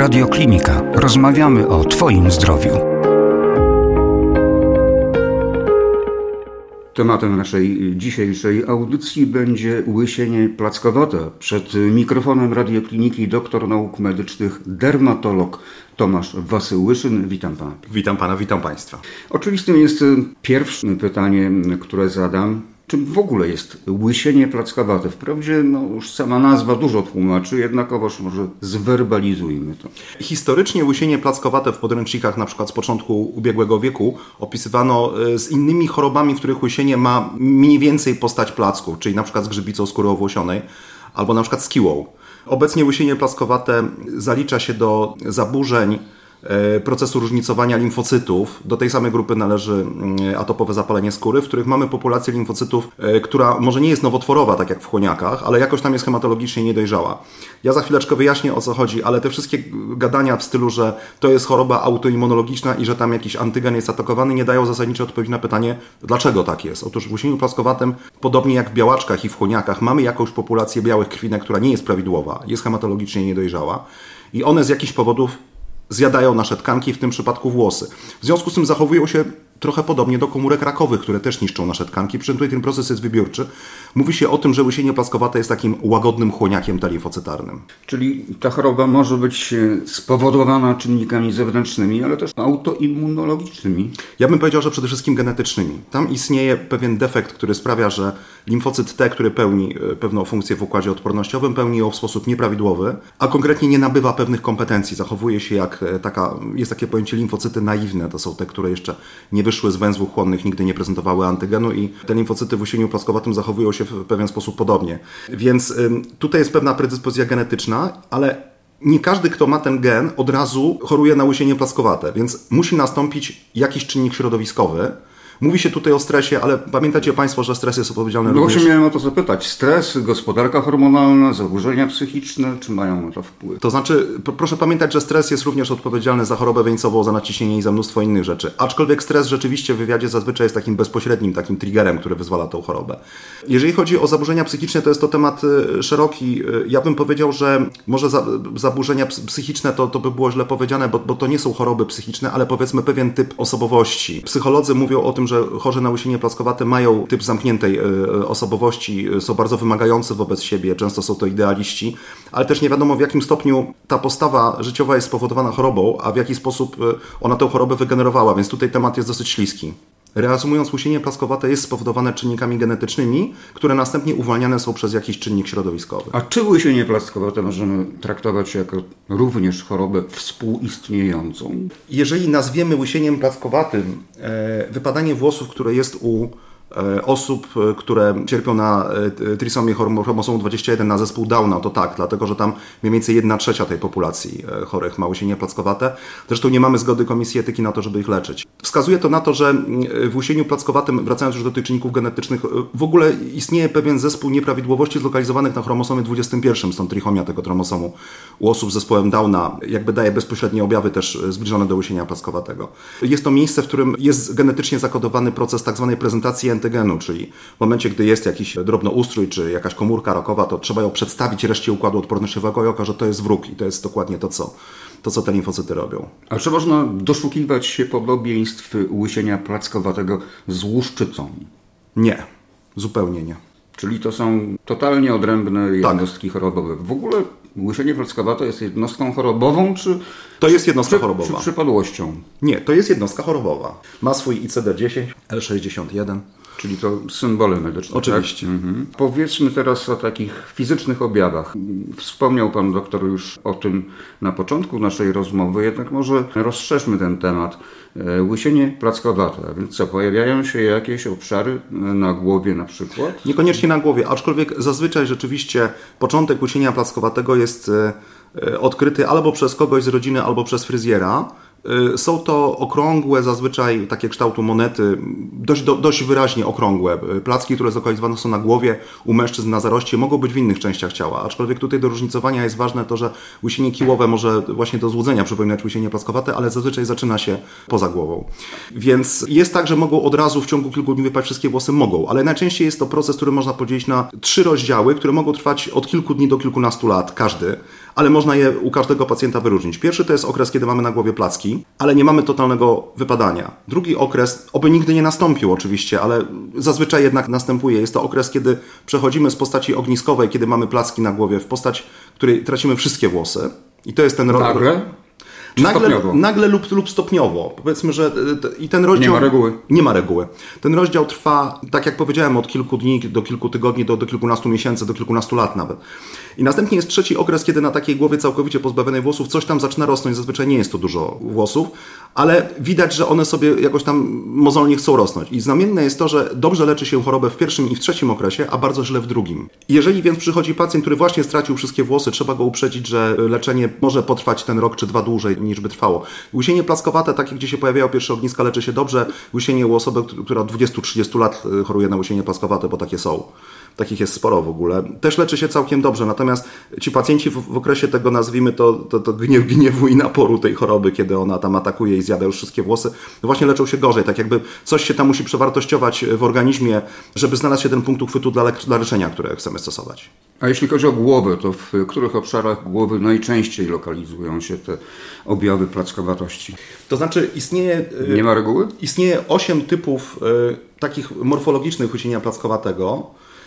Radio Klinika. Rozmawiamy o Twoim zdrowiu. Tematem naszej dzisiejszej audycji będzie łysienie plackowate. Przed mikrofonem Radiokliniki doktor nauk medycznych, dermatolog Tomasz Wasyłyszyn. Witam Pana. Witam Pana, witam Państwa. Oczywistym jest pierwsze pytanie, które zadam. Czym w ogóle jest łysienie plackowate? Wprawdzie już sama nazwa dużo tłumaczy, jednakowoż może zwerbalizujmy to. Historycznie łysienie plackowate w podręcznikach na przykład z początku ubiegłego wieku opisywano z innymi chorobami, w których łysienie ma mniej więcej postać placków, czyli na przykład z grzybicą skóry owłosionej albo na przykład z kiłą. Obecnie łysienie plackowate zalicza się do zaburzeń procesu różnicowania limfocytów. Do tej samej grupy należy atopowe zapalenie skóry, w których mamy populację limfocytów, która może nie jest nowotworowa, tak jak w chłoniakach, ale jakoś tam jest hematologicznie niedojrzała. Ja za chwileczkę wyjaśnię, o co chodzi, ale te wszystkie gadania w stylu, że to jest choroba autoimmunologiczna i że tam jakiś antygen jest atakowany, nie dają zasadniczej odpowiedzi na pytanie, dlaczego tak jest. Otóż w łysieniu plackowatym, podobnie jak w białaczkach i w chłoniakach, mamy jakąś populację białych krwinek, która nie jest prawidłowa, jest hematologicznie niedojrzała i one z jakichś powodów zjadają nasze tkanki, w tym przypadku włosy. W związku z tym zachowują się trochę podobnie do komórek rakowych, które też niszczą nasze tkanki, przy czym tutaj ten proces jest wybiórczy. Mówi się o tym, że łysienie plackowate jest takim łagodnym chłoniakiem T-limfocytarnym. Czyli ta choroba może być spowodowana czynnikami zewnętrznymi, ale też autoimmunologicznymi. Ja bym powiedział, że przede wszystkim genetycznymi. Tam istnieje pewien defekt, który sprawia, że limfocyt T, który pełni pewną funkcję w układzie odpornościowym, pełni ją w sposób nieprawidłowy, a konkretnie nie nabywa pewnych kompetencji. Zachowuje się jak jest takie pojęcie limfocyty naiwne. To są te, które jeszcze nie wyszły z węzłów chłonnych, nigdy nie prezentowały antygenu i te limfocyty w łysieniu plackowatym zachowują się w pewien sposób podobnie. Więc tutaj jest pewna predyspozycja genetyczna, ale nie każdy, kto ma ten gen, od razu choruje na łysienie plackowate, więc musi nastąpić jakiś czynnik środowiskowy. Mówi się tutaj o stresie, ale pamiętacie Państwo, że stres jest odpowiedzialny również... Właśnie miałem o to zapytać. Stres, gospodarka hormonalna, zaburzenia psychiczne, czy mają na to wpływ? To znaczy, proszę pamiętać, że stres jest również odpowiedzialny za chorobę wieńcową, za nadciśnienie i za mnóstwo innych rzeczy. Aczkolwiek stres rzeczywiście w wywiadzie zazwyczaj jest takim bezpośrednim, takim triggerem, który wyzwala tą chorobę. Jeżeli chodzi o zaburzenia psychiczne, to jest to temat szeroki. Ja bym powiedział, że może zaburzenia psychiczne to by było źle powiedziane, bo to nie są choroby psychiczne, ale powiedzmy pewien typ osobowości. Psycholodzy mówią o tym, że chorzy na łysienie plackowate mają typ zamkniętej osobowości, są bardzo wymagający wobec siebie, często są to idealiści, ale też nie wiadomo w jakim stopniu ta postawa życiowa jest spowodowana chorobą, a w jaki sposób ona tę chorobę wygenerowała, więc tutaj temat jest dosyć śliski. Reasumując, łysienie plackowate jest spowodowane czynnikami genetycznymi, które następnie uwalniane są przez jakiś czynnik środowiskowy. A czy łysienie plackowate możemy traktować jako również chorobę współistniejącą? Jeżeli nazwiemy łysieniem plackowatym wypadanie włosów, które jest u osób, które cierpią na trisomię chromosomu 21, na zespół Downa, to tak, dlatego że tam mniej więcej 1/3 tej populacji chorych ma łysienie plackowate. Zresztą nie mamy zgody Komisji Etyki na to, żeby ich leczyć. Wskazuje to na to, że w łysieniu plackowatym, wracając już do tych czynników genetycznych, w ogóle istnieje pewien zespół nieprawidłowości zlokalizowanych na chromosomie 21, stąd trichomia tego chromosomu u osób z zespołem Downa, jakby daje bezpośrednie objawy też zbliżone do łysienia plackowatego. Jest to miejsce, w którym jest genetycznie zakodowany proces tak zwanej prezentacji antygenu, czyli w momencie, gdy jest jakiś drobnoustrój czy jakaś komórka rakowa, to trzeba ją przedstawić reszcie układu odpornościowego i okaże, że to jest wróg i to jest dokładnie to, co te limfocyty robią. A czy można doszukiwać się podobieństw łysienia plackowatego z łuszczycą? Nie, zupełnie nie. Czyli to są totalnie odrębne jednostki chorobowe. W ogóle łysienie plackowate jest jednostką chorobową, czy... To jest jednostka chorobowa. Czy przypadłością? Nie, to jest jednostka chorobowa. Ma swój ICD-10, L61. Czyli to symbole medyczne. Oczywiście. Tak? Powiedzmy teraz o takich fizycznych objawach. Wspomniał Pan doktor już o tym na początku naszej rozmowy, jednak może rozszerzmy ten temat. Łysienie plackowate, a więc co, pojawiają się jakieś obszary na głowie na przykład? Niekoniecznie na głowie, aczkolwiek zazwyczaj rzeczywiście początek łysienia plackowatego jest odkryty albo przez kogoś z rodziny, albo przez fryzjera. Są to okrągłe, zazwyczaj takie kształtu monety, dość wyraźnie okrągłe placki, które zlokalizowane są na głowie, u mężczyzn na zaroście, mogą być w innych częściach ciała. Aczkolwiek tutaj do różnicowania jest ważne to, że łysienie kiłowe może właśnie do złudzenia przypominać łysienie plackowate, ale zazwyczaj zaczyna się poza głową. Więc jest tak, że mogą od razu w ciągu kilku dni wypaść wszystkie włosy, mogą, ale najczęściej jest to proces, który można podzielić na 3 rozdziały, które mogą trwać od kilku dni do kilkunastu lat, każdy. ale można je u każdego pacjenta wyróżnić. Pierwszy to jest okres, kiedy mamy na głowie placki, ale nie mamy totalnego wypadania. Drugi okres, oby nigdy nie nastąpił oczywiście, ale zazwyczaj jednak następuje. Jest to okres, kiedy przechodzimy z postaci ogniskowej, kiedy mamy placki na głowie, w postać, w której tracimy wszystkie włosy. I to jest ten Nagle lub stopniowo. Powiedzmy, że i ten rozdział... Nie ma reguły. Ten rozdział trwa, tak jak powiedziałem, od kilku dni do kilku tygodni, do kilkunastu miesięcy, do kilkunastu lat nawet. I następnie jest trzeci okres, kiedy na takiej głowie całkowicie pozbawionej włosów coś tam zaczyna rosnąć. Zazwyczaj nie jest to dużo włosów, ale widać, że one sobie jakoś tam mozolnie chcą rosnąć. I znamienne jest to, że dobrze leczy się chorobę w pierwszym i w trzecim okresie, a bardzo źle w drugim. Jeżeli więc przychodzi pacjent, który właśnie stracił wszystkie włosy, trzeba go uprzedzić, że leczenie może potrwać ten rok czy dwa dłużej niż by trwało. Łysienie plackowate, takie gdzie się pojawiają pierwsze ogniska, leczy się dobrze. Łysienie u osoby, która od 20-30 lat choruje na łysienie plackowate, bo takie są. Takich jest sporo w ogóle. Też leczy się całkiem dobrze, natomiast ci pacjenci w okresie tego, nazwijmy to gniewu i naporu tej choroby, kiedy ona tam atakuje i zjada już wszystkie włosy, no właśnie leczą się gorzej. Tak jakby coś się tam musi przewartościować w organizmie, żeby znalazł się ten punkt uchwytu dla leczenia, które chcemy stosować. A jeśli chodzi o głowę, to w których obszarach głowy najczęściej lokalizują się te objawy plackowatości? To znaczy istnieje... Nie ma reguły? Istnieje 8 typów takich morfologicznych łysienia plackowatego,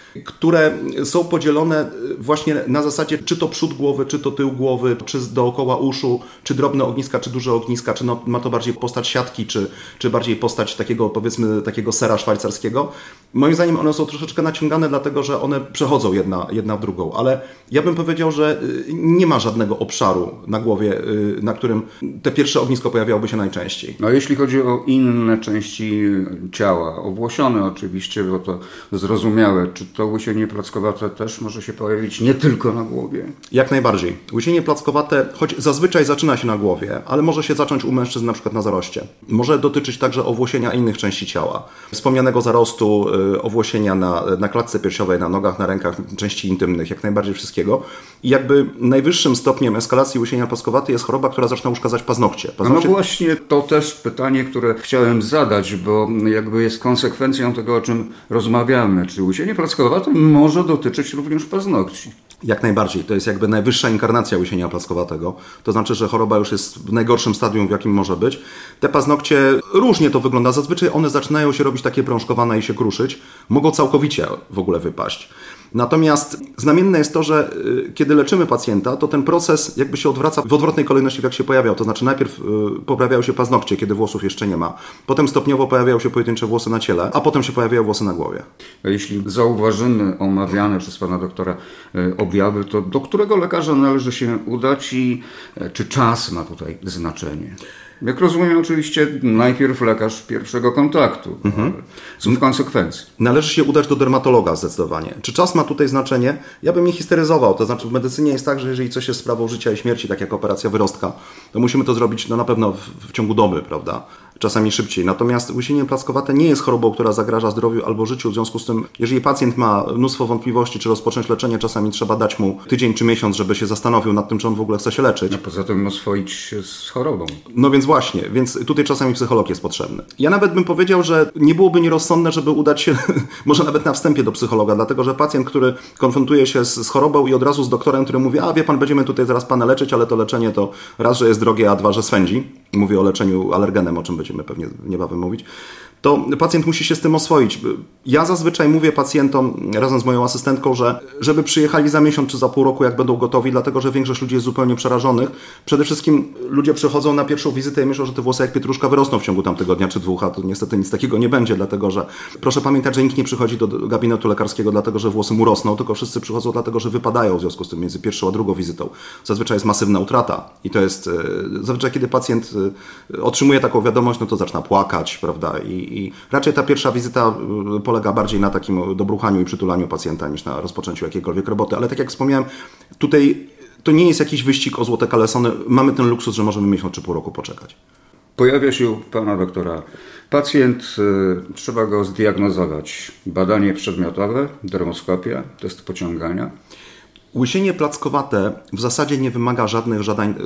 które są podzielone właśnie na zasadzie czy to przód głowy, czy to tył głowy, czy dookoła uszu, czy drobne ogniska, czy duże ogniska, czy ma to bardziej postać siatki, czy bardziej postać takiego, powiedzmy, takiego sera szwajcarskiego. Moim zdaniem one są troszeczkę naciągane, dlatego że one przechodzą jedna w drugą, ale ja bym powiedział, że nie ma żadnego obszaru na głowie, na którym te pierwsze ognisko pojawiałoby się najczęściej. No jeśli chodzi o inne części ciała, owłosione oczywiście, bo to zrozumiałe, czy to łysienie plackowate też może się pojawić nie tylko na głowie? Jak najbardziej. Łysienie plackowate, choć zazwyczaj zaczyna się na głowie, ale może się zacząć u mężczyzn na przykład na zaroście. Może dotyczyć także owłosienia innych części ciała. Wspomnianego zarostu, owłosienia na klatce piersiowej, na nogach, na rękach, części intymnych, jak najbardziej wszystkiego. I jakby najwyższym stopniem eskalacji łysienia plackowatej jest choroba, która zaczyna uszkadzać paznokcie. No właśnie, to też pytanie, które chciałem zadać, bo jakby jest konsekwencją tego, o czym rozmawiamy. Czy łysienie plackowate może dotyczyć również paznokci? Jak najbardziej. To jest jakby najwyższa inkarnacja łysienia plackowatego. To znaczy, że choroba już jest w najgorszym stadium, w jakim może być. Te paznokcie, różnie to wygląda. Zazwyczaj one zaczynają się robić takie prążkowane i się kruszyć. Mogą całkowicie w ogóle wypaść. Natomiast znamienne jest to, że kiedy leczymy pacjenta, to ten proces jakby się odwraca w odwrotnej kolejności, jak się pojawiał. To znaczy najpierw poprawiają się paznokcie, kiedy włosów jeszcze nie ma. Potem stopniowo pojawiają się pojedyncze włosy na ciele, a potem się pojawiają włosy na głowie. A jeśli zauważymy omawiane przez pana doktora objawy, to do którego lekarza należy się udać i czy czas ma tutaj znaczenie? Jak rozumiem, oczywiście najpierw lekarz pierwszego kontaktu, co w konsekwencji? Należy się udać do dermatologa zdecydowanie. Czy czas ma tutaj znaczenie? Ja bym nie histeryzował. To znaczy w medycynie jest tak, że jeżeli coś jest sprawą życia i śmierci, tak jak operacja wyrostka, to musimy to zrobić na pewno w ciągu doby, prawda? Czasami szybciej. Natomiast łysienie plackowate nie jest chorobą, która zagraża zdrowiu albo życiu. W związku z tym, jeżeli pacjent ma mnóstwo wątpliwości, czy rozpocząć leczenie, czasami trzeba dać mu tydzień czy miesiąc, żeby się zastanowił nad tym, czy on w ogóle chce się leczyć. A poza tym oswoić się z chorobą. No więc właśnie, więc tutaj czasami psycholog jest potrzebny. Ja nawet bym powiedział, że nie byłoby nierozsądne, żeby udać się może nawet na wstępie do psychologa, dlatego że pacjent, który konfrontuje się z chorobą i od razu z doktorem, który mówi, a wie pan, będziemy tutaj zaraz pana leczyć, ale to leczenie to raz, że jest drogie, a dwa, że swędzi. Mówię o leczeniu alergenem, o czym będziemy pewnie niebawem mówić. To pacjent musi się z tym oswoić. Ja zazwyczaj mówię pacjentom razem z moją asystentką, że żeby przyjechali za miesiąc czy za pół roku, jak będą gotowi, dlatego że większość ludzi jest zupełnie przerażonych. Przede wszystkim ludzie przychodzą na pierwszą wizytę i myślą, że te włosy jak pietruszka wyrosną w ciągu tam tygodnia czy dwóch, a to niestety nic takiego nie będzie, dlatego że proszę pamiętać, że nikt nie przychodzi do gabinetu lekarskiego dlatego, że włosy mu rosną, tylko wszyscy przychodzą dlatego, że wypadają w związku z tym między pierwszą a drugą wizytą. Zazwyczaj jest masywna utrata i to jest zazwyczaj kiedy pacjent otrzymuje taką wiadomość, no to zaczyna płakać, prawda? I raczej ta pierwsza wizyta polega bardziej na takim dobruchaniu i przytulaniu pacjenta niż na rozpoczęciu jakiejkolwiek roboty. Ale tak jak wspomniałem, tutaj to nie jest jakiś wyścig o złote kalesony. Mamy ten luksus, że możemy miesiąc czy pół roku poczekać. Pojawia się u pana doktora pacjent, trzeba go zdiagnozować. Badanie przedmiotowe, dermoskopia, test pociągania. Łysienie plackowate w zasadzie nie wymaga żadnych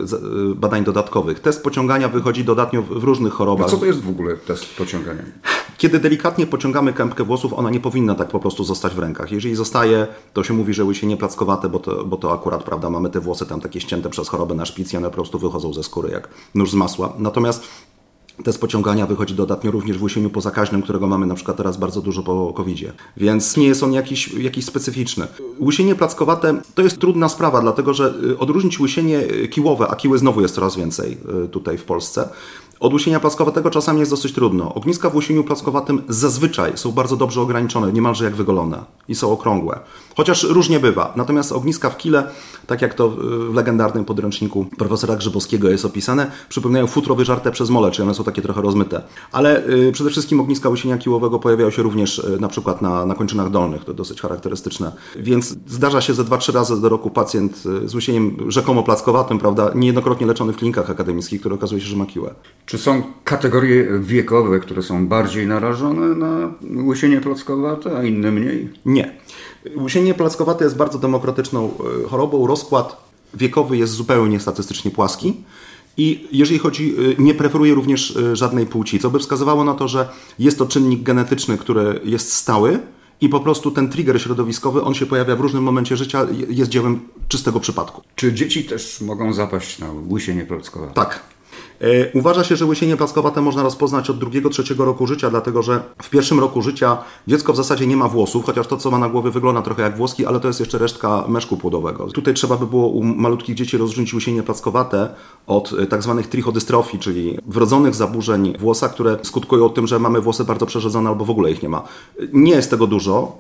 badań dodatkowych. Test pociągania wychodzi dodatnio w różnych chorobach. A co to jest w ogóle test pociągania? Kiedy delikatnie pociągamy kępkę włosów, ona nie powinna tak po prostu zostać w rękach. Jeżeli zostaje, to się mówi, że łysienie plackowate, bo to akurat, prawda, mamy te włosy tam takie ścięte przez chorobę na szpic i one po prostu wychodzą ze skóry jak nóż z masła. Natomiast te z pociągania wychodzi dodatnio również w łysieniu pozakaźnym, którego mamy na przykład teraz bardzo dużo po COVID-zie. Więc nie jest on jakiś specyficzny. Łysienie plackowate to jest trudna sprawa, dlatego że odróżnić łysienie kiłowe, a kiły znowu jest coraz więcej tutaj w Polsce, od łysienia plackowatego czasami jest dosyć trudno. Ogniska w łysieniu plackowatym zazwyczaj są bardzo dobrze ograniczone, niemalże jak wygolone i są okrągłe. Chociaż różnie bywa. Natomiast ogniska w kile, tak jak to w legendarnym podręczniku profesora Grzybowskiego jest opisane, przypominają futro wyżarte przez mole, czyli one są takie trochę rozmyte. Ale przede wszystkim ogniska łysienia kiłowego pojawiają się również na przykład na kończynach dolnych, to dosyć charakterystyczne. Więc zdarza się ze 2-3 razy do roku pacjent z łysieniem rzekomo plackowatym, prawda, niejednokrotnie leczony w klinikach akademickich, który okazuje się, że ma kiłę. Czy są kategorie wiekowe, które są bardziej narażone na łysienie plackowate, a inne mniej? Nie. Łysienie plackowate jest bardzo demokratyczną chorobą. Rozkład wiekowy jest zupełnie statystycznie płaski. I jeżeli chodzi, nie preferuje również żadnej płci, co by wskazywało na to, że jest to czynnik genetyczny, który jest stały i po prostu ten trigger środowiskowy, on się pojawia w różnym momencie życia, jest dziełem czystego przypadku. Czy dzieci też mogą zapaść na łysienie plackowate? Tak. Uważa się, że łysienie plackowate można rozpoznać od 2-3 roku życia, dlatego że w pierwszym roku życia dziecko w zasadzie nie ma włosów, chociaż to, co ma na głowie, wygląda trochę jak włoski, ale to jest jeszcze resztka meszku płodowego. Tutaj trzeba by było u malutkich dzieci rozróżnić łysienie plackowate od tak zwanych trichodystrofii, czyli wrodzonych zaburzeń włosa, które skutkują tym, że mamy włosy bardzo przerzedzone albo w ogóle ich nie ma. Nie jest tego dużo,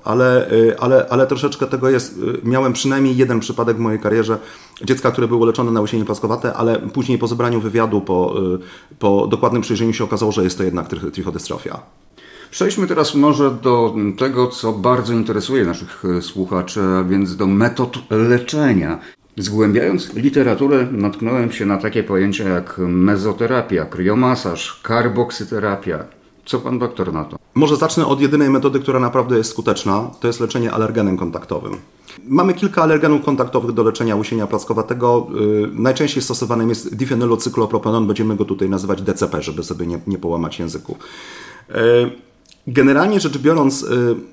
ale troszeczkę tego jest. Miałem przynajmniej jeden przypadek w mojej karierze dziecka, które było leczone na łysienie plackowate, ale później po zebraniu wywiadu, po dokładnym przyjrzeniu się okazało, że jest to jednak trichodystrofia. Przejdźmy teraz może do tego, co bardzo interesuje naszych słuchaczy, a więc do metod leczenia. Zgłębiając literaturę, natknąłem się na takie pojęcia jak mezoterapia, kriomasaż, karboksyterapia. Co pan doktor na to? Może zacznę od jedynej metody, która naprawdę jest skuteczna. To jest leczenie alergenem kontaktowym. Mamy kilka alergenów kontaktowych do leczenia łysienia plackowatego. Najczęściej stosowanym jest difenylocyklopropionon. Będziemy go tutaj nazywać DCP, żeby sobie nie połamać języków. Generalnie rzecz biorąc,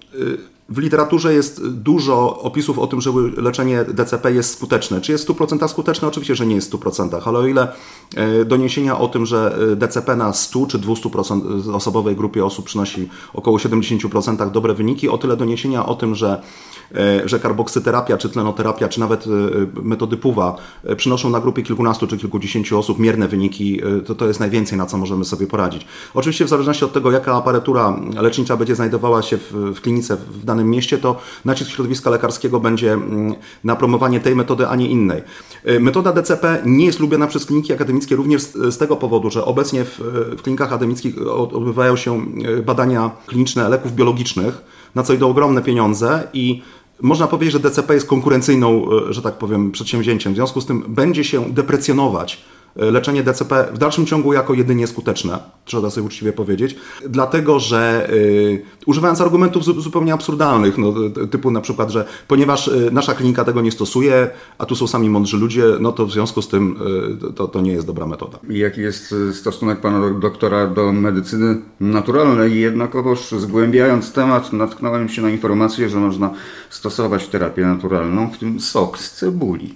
w literaturze jest dużo opisów o tym, że leczenie DCP jest skuteczne. Czy jest w 100% skuteczne? Oczywiście, że nie jest w 100%, ale o ile doniesienia o tym, że DCP na 100 czy 200% osobowej grupie osób przynosi około 70% dobre wyniki, o tyle doniesienia o tym, że karboksyterapia, czy tlenoterapia, czy nawet metody PUWA przynoszą na grupie kilkunastu czy kilkudziesięciu osób mierne wyniki, to jest najwięcej, na co możemy sobie poradzić. Oczywiście w zależności od tego, jaka aparatura lecznicza będzie znajdowała się w klinice w danym mieście, to nacisk środowiska lekarskiego będzie na promowanie tej metody, a nie innej. Metoda DCP nie jest lubiana przez kliniki akademickie również z tego powodu, że obecnie w klinikach akademickich odbywają się badania kliniczne leków biologicznych, na co idą ogromne pieniądze i można powiedzieć, że DCP jest konkurencyjną, że tak powiem, przedsięwzięciem. W związku z tym będzie się deprecjonować leczenie DCP w dalszym ciągu jako jedynie skuteczne, trzeba sobie uczciwie powiedzieć, dlatego że używając argumentów zupełnie absurdalnych, typu na przykład, że ponieważ nasza klinika tego nie stosuje, a tu są sami mądrzy ludzie, no to w związku z tym to nie jest dobra metoda. I jaki jest stosunek pana doktora do medycyny naturalnej? Jednakowoż zgłębiając temat, natknąłem się na informację, że można stosować terapię naturalną, w tym sok z cebuli.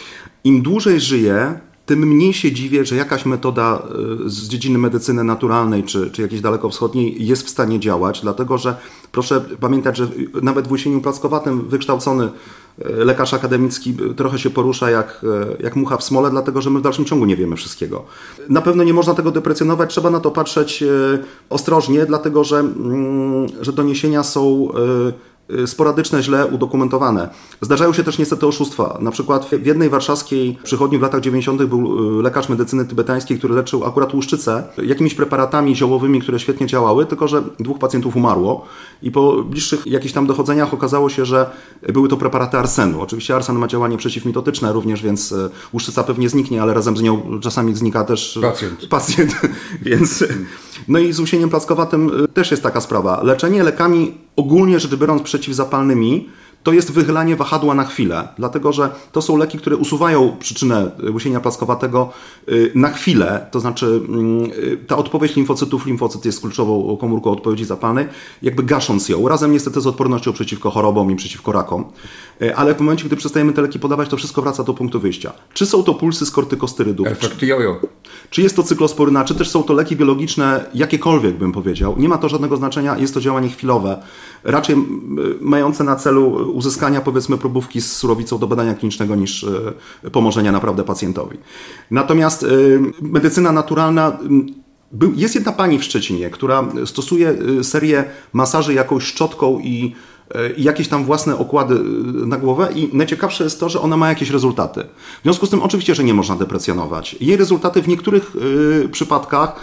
Im dłużej żyję, tym mniej się dziwię, że jakaś metoda z dziedziny medycyny naturalnej czy jakiejś dalekowschodniej jest w stanie działać, dlatego że proszę pamiętać, że nawet w łysieniu plackowatym wykształcony lekarz akademicki trochę się porusza jak mucha w smole, dlatego że my w dalszym ciągu nie wiemy wszystkiego. Na pewno nie można tego deprecjonować, trzeba na to patrzeć ostrożnie, dlatego że doniesienia są sporadyczne, źle udokumentowane. Zdarzają się też niestety oszustwa. Na przykład w jednej warszawskiej przychodni w latach 90. był lekarz medycyny tybetańskiej, który leczył akurat łuszczycę jakimiś preparatami ziołowymi, które świetnie działały, tylko że 2 pacjentów umarło i po bliższych jakichś tam dochodzeniach okazało się, że były to preparaty arsenu. Oczywiście arsen ma działanie przeciwmitotyczne również, więc łuszczyca pewnie zniknie, ale razem z nią czasami znika też pacjent. Więc no i z łysieniem plackowatym też jest taka sprawa. Leczenie lekami ogólnie rzecz biorąc przeciwzapalnymi to jest wychylanie wahadła na chwilę, dlatego że to są leki, które usuwają przyczynę łysienia plackowatego na chwilę, to znaczy ta odpowiedź limfocytów, limfocyt jest kluczową komórką odpowiedzi zapalnej, jakby gasząc ją, razem niestety z odpornością przeciwko chorobom i przeciwko rakom, ale w momencie, gdy przestajemy te leki podawać, to wszystko wraca do punktu wyjścia. Czy są to pulsy z kortykosterydów? Efekt jojo. Czy jest to cyklosporyna, czy też są to leki biologiczne, jakiekolwiek bym powiedział. Nie ma to żadnego znaczenia, jest to działanie chwilowe, raczej mające na celu uzyskania, powiedzmy, próbówki z surowicą do badania klinicznego niż pomożenia naprawdę pacjentowi. Natomiast medycyna naturalna, jest jedna pani w Szczecinie, która stosuje serię masaży jakąś szczotką i jakieś tam własne okłady na głowę i najciekawsze jest to, że ona ma jakieś rezultaty. W związku z tym oczywiście, że nie można deprecjonować. Jej rezultaty w niektórych przypadkach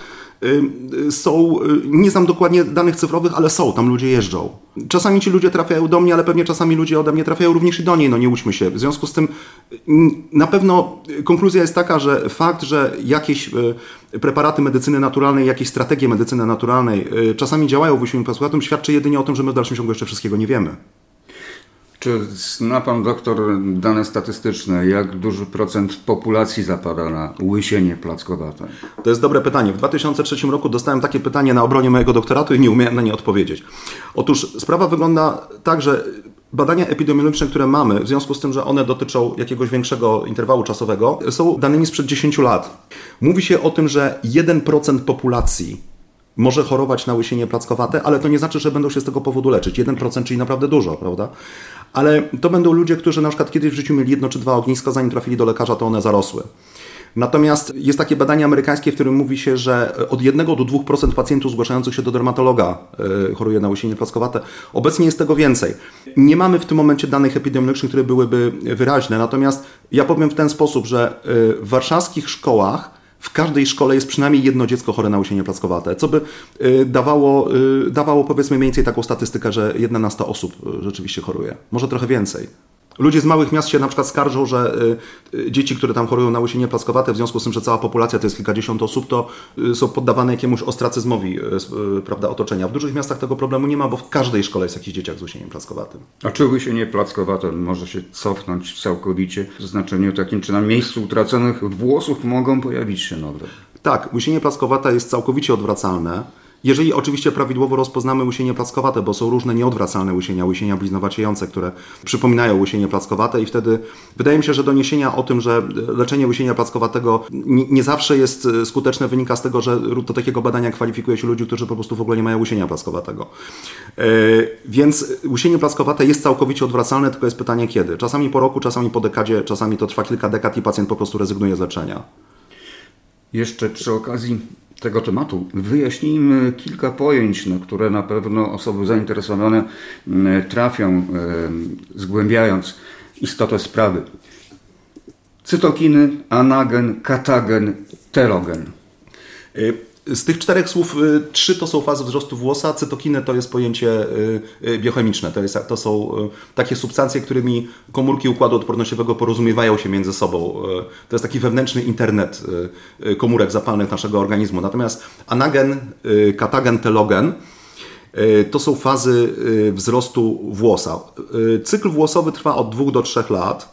są, nie znam dokładnie danych cyfrowych, ale są, tam ludzie jeżdżą. Czasami ci ludzie trafiają do mnie, ale pewnie czasami ludzie ode mnie trafiają również i do niej, no nie łudźmy się. W związku z tym na pewno konkluzja jest taka, że fakt, że jakieś preparaty medycyny naturalnej, jakieś strategie medycyny naturalnej czasami działają w łysieniu plackowatym, świadczy jedynie o tym, że my w dalszym ciągu jeszcze wszystkiego nie wiemy. Czy zna pan doktor dane statystyczne, jak duży procent populacji zapada na łysienie plackowate? To jest dobre pytanie. W 2003 roku dostałem takie pytanie na obronie mojego doktoratu i nie umiałem na nie odpowiedzieć. Otóż sprawa wygląda tak, że badania epidemiologiczne, które mamy, w związku z tym, że one dotyczą jakiegoś większego interwału czasowego, są danymi sprzed 10 lat. Mówi się o tym, że 1% populacji może chorować na łysienie plackowate, ale to nie znaczy, że będą się z tego powodu leczyć. 1%, czyli naprawdę dużo, prawda? Ale to będą ludzie, którzy na przykład kiedyś w życiu mieli 1 czy 2 ogniska, zanim trafili do lekarza, to one zarosły. Natomiast jest takie badanie amerykańskie, w którym mówi się, że od 1 do 2% pacjentów zgłaszających się do dermatologa choruje na łysienie plackowate. Obecnie jest tego więcej. Nie mamy w tym momencie danych epidemiologicznych, które byłyby wyraźne. Natomiast ja powiem w ten sposób, że w warszawskich szkołach w każdej szkole jest przynajmniej jedno dziecko chore na łysienie plackowate, co by dawało powiedzmy mniej więcej taką statystykę, że 1 na 100 osób rzeczywiście choruje. Może trochę więcej. Ludzie z małych miast się na przykład skarżą, że dzieci, które tam chorują na łysienie plackowate, w związku z tym, że cała populacja to jest kilkadziesiąt osób, to są poddawane jakiemuś ostracyzmowi, prawda, otoczenia. W dużych miastach tego problemu nie ma, bo w każdej szkole jest jakiś dzieciak z łysieniem plackowatym. A czy łysienie plackowate może się cofnąć całkowicie? W znaczeniu takim, czy na miejscu utraconych włosów mogą pojawić się nowe? Tak, łysienie plackowate jest całkowicie odwracalne. Jeżeli oczywiście prawidłowo rozpoznamy łysienie plackowate, bo są różne nieodwracalne łysienia bliznowaciejące, które przypominają łysienie plackowate i wtedy wydaje mi się, że doniesienia o tym, że leczenie łysienia plackowatego nie zawsze jest skuteczne, wynika z tego, że do takiego badania kwalifikuje się ludzi, którzy po prostu w ogóle nie mają łysienia plackowatego. Więc łysienie plackowate jest całkowicie odwracalne, tylko jest pytanie kiedy. Czasami po roku, czasami po dekadzie, czasami to trwa kilka dekad i pacjent po prostu rezygnuje z leczenia. Jeszcze przy okazji tego tematu wyjaśnijmy kilka pojęć, na które na pewno osoby zainteresowane trafią, zgłębiając istotę sprawy. Cytokiny, anagen, katagen, telogen. Z tych 4 słów 3 to są fazy wzrostu włosa, cytokiny to jest pojęcie biochemiczne, to są takie substancje, którymi komórki układu odpornościowego porozumiewają się między sobą. To jest taki wewnętrzny internet komórek zapalnych naszego organizmu. Natomiast anagen, katagen, telogen to są fazy wzrostu włosa. Cykl włosowy trwa od 2 do 3 lat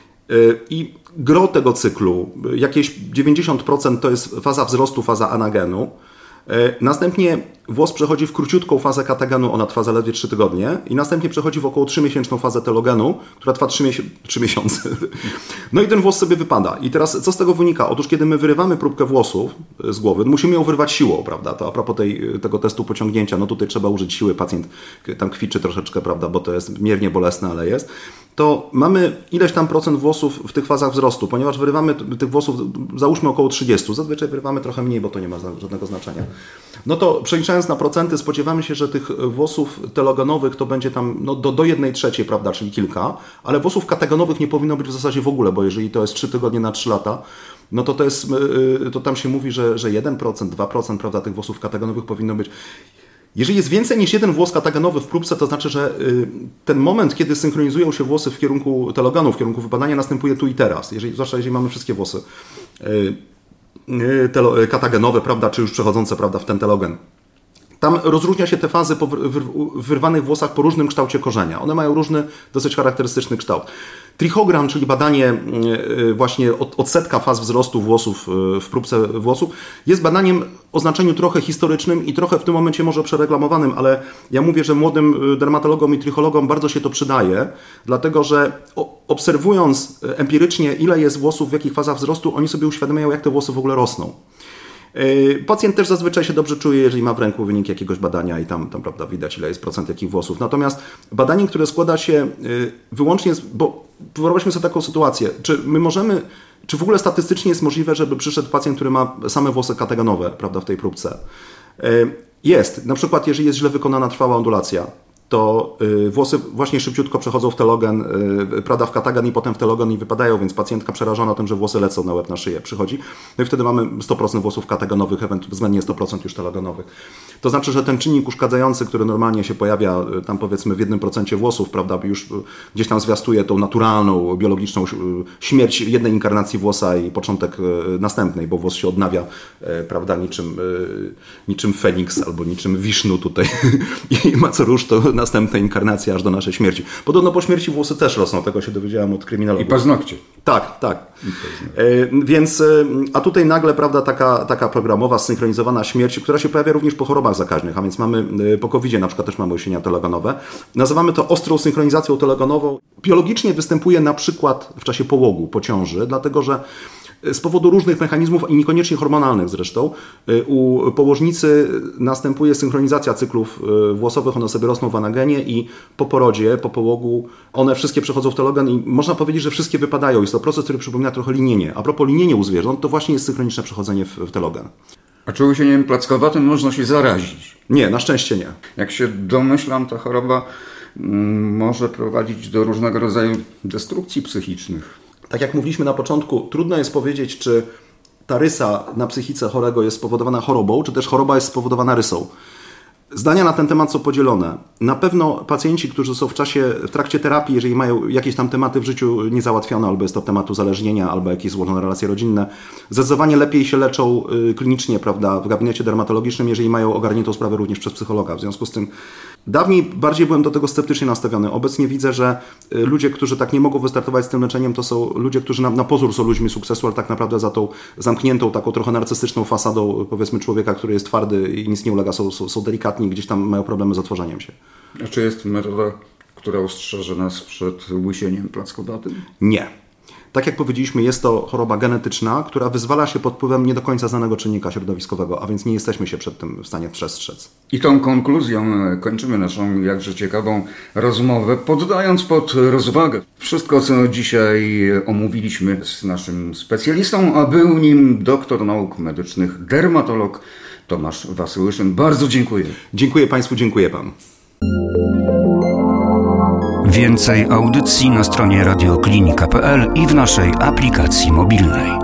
i gro tego cyklu, jakieś 90% to jest faza wzrostu, faza anagenu. Następnie włos przechodzi w króciutką fazę katagenu, ona trwa zaledwie 3 tygodnie i następnie przechodzi w około 3-miesięczną fazę telogenu, która trwa 3 miesiące. No i ten włos sobie wypada. I teraz co z tego wynika? Otóż kiedy my wyrywamy próbkę włosów z głowy, musimy ją wyrwać siłą, prawda? To a propos tego testu pociągnięcia, no tutaj trzeba użyć siły, pacjent tam kwiczy troszeczkę, prawda, bo to jest miernie bolesne, ale jest. To mamy ileś tam procent włosów w tych fazach wzrostu, ponieważ wyrywamy tych włosów, załóżmy około 30, zazwyczaj wyrywamy trochę mniej, bo to nie ma żadnego znaczenia. No to przeliczając na procenty, spodziewamy się, że tych włosów telogenowych to będzie tam no, do 1/3, prawda, czyli kilka, ale włosów katagenowych nie powinno być w zasadzie w ogóle, bo jeżeli to jest 3 tygodnie na 3 lata, no to tam się mówi, że 1%, 2%, prawda, tych włosów katagenowych powinno być. Jeżeli jest więcej niż jeden włos katagenowy w próbce, to znaczy, że ten moment, kiedy synchronizują się włosy w kierunku telogenu, w kierunku wypadania, następuje tu i teraz. Zwłaszcza jeżeli mamy wszystkie włosy katagenowe, prawda, czy już przechodzące, prawda, w ten telogen. Tam rozróżnia się te fazy po wyrwanych włosach po różnym kształcie korzenia. One mają różny, dosyć charakterystyczny kształt. Trichogram, czyli badanie właśnie odsetka faz wzrostu włosów w próbce włosów, jest badaniem o znaczeniu trochę historycznym i trochę w tym momencie może przereklamowanym, ale ja mówię, że młodym dermatologom i trichologom bardzo się to przydaje, dlatego że obserwując empirycznie, ile jest włosów, w jakich fazach wzrostu, oni sobie uświadamiają, jak te włosy w ogóle rosną. Pacjent też zazwyczaj się dobrze czuje, jeżeli ma w ręku wynik jakiegoś badania i tam prawda, widać, ile jest procent jakich włosów. Natomiast badanie, które składa się wyłącznie bo wyobraźmy sobie taką sytuację, czy w ogóle statystycznie jest możliwe, żeby przyszedł pacjent, który ma same włosy katagenowe, prawda, w tej próbce? Jest. Na przykład, jeżeli jest źle wykonana trwała ondulacja, to włosy właśnie szybciutko przechodzą w telogen, prawda, w katagen i potem w telogen i wypadają, więc pacjentka przerażona tym, że włosy lecą na łeb, na szyję, przychodzi. No i wtedy mamy 100% włosów katagenowych, względnie 100% już telogenowych. To znaczy, że ten czynnik uszkadzający, który normalnie się pojawia tam powiedzmy w 1% włosów, prawda, już gdzieś tam zwiastuje tą naturalną, biologiczną śmierć jednej inkarnacji włosa i początek następnej, bo włos się odnawia, prawda, niczym Feniks albo niczym Wisznu tutaj i ma co rusz to następne inkarnacje aż do naszej śmierci. Podobno po śmierci włosy też rosną, tego się dowiedziałem od kryminologów. I paznokcie. Tak. Więc, a tutaj nagle, prawda, taka programowa, zsynchronizowana śmierć, która się pojawia również po chorobach zakaźnych, a więc mamy po COVID-zie na przykład też mamy łysienia telogonowe. Nazywamy to ostrą synchronizacją telogonową. Biologicznie występuje na przykład w czasie połogu, po ciąży, dlatego że z powodu różnych mechanizmów i niekoniecznie hormonalnych zresztą, u położnicy następuje synchronizacja cyklów włosowych, one sobie rosną w anagenie i po porodzie, po połogu one wszystkie przechodzą w telogen i można powiedzieć, że wszystkie wypadają. Jest to proces, który przypomina trochę linienie. A propos linienia u zwierząt, to właśnie jest synchroniczne przechodzenie w telogen. A czy łysieniem plackowatym można się zarazić? Nie, na szczęście nie. Jak się domyślam, ta choroba może prowadzić do różnego rodzaju destrukcji psychicznych. Tak jak mówiliśmy na początku, trudno jest powiedzieć, czy ta rysa na psychice chorego jest spowodowana chorobą, czy też choroba jest spowodowana rysą. Zdania na ten temat są podzielone. Na pewno pacjenci, którzy są w trakcie terapii, jeżeli mają jakieś tam tematy w życiu niezałatwione, albo jest to temat uzależnienia, albo jakieś złożone relacje rodzinne, zdecydowanie lepiej się leczą klinicznie, prawda, w gabinecie dermatologicznym, jeżeli mają ogarniętą sprawę również przez psychologa. W związku z tym dawniej bardziej byłem do tego sceptycznie nastawiony. Obecnie widzę, że ludzie, którzy tak nie mogą wystartować z tym leczeniem, to są ludzie, którzy na pozór są ludźmi sukcesu, ale tak naprawdę za tą zamkniętą, taką trochę narcystyczną fasadą, powiedzmy, człowieka, który jest twardy i nic nie ulega, są delikatni, gdzieś tam mają problemy z otworzeniem się. A czy jest metoda, która ostrzeże nas przed łysieniem plackowatym? Nie. Tak jak powiedzieliśmy, jest to choroba genetyczna, która wyzwala się pod wpływem nie do końca znanego czynnika środowiskowego, a więc nie jesteśmy się przed tym w stanie przestrzec. I tą konkluzją kończymy naszą jakże ciekawą rozmowę, poddając pod rozwagę wszystko, co dzisiaj omówiliśmy z naszym specjalistą, a był nim doktor nauk medycznych, dermatolog Tomasz Wasyłyszyn. Bardzo dziękuję. Dziękuję Państwu, dziękuję Panu. Więcej audycji na stronie radioklinika.pl i w naszej aplikacji mobilnej.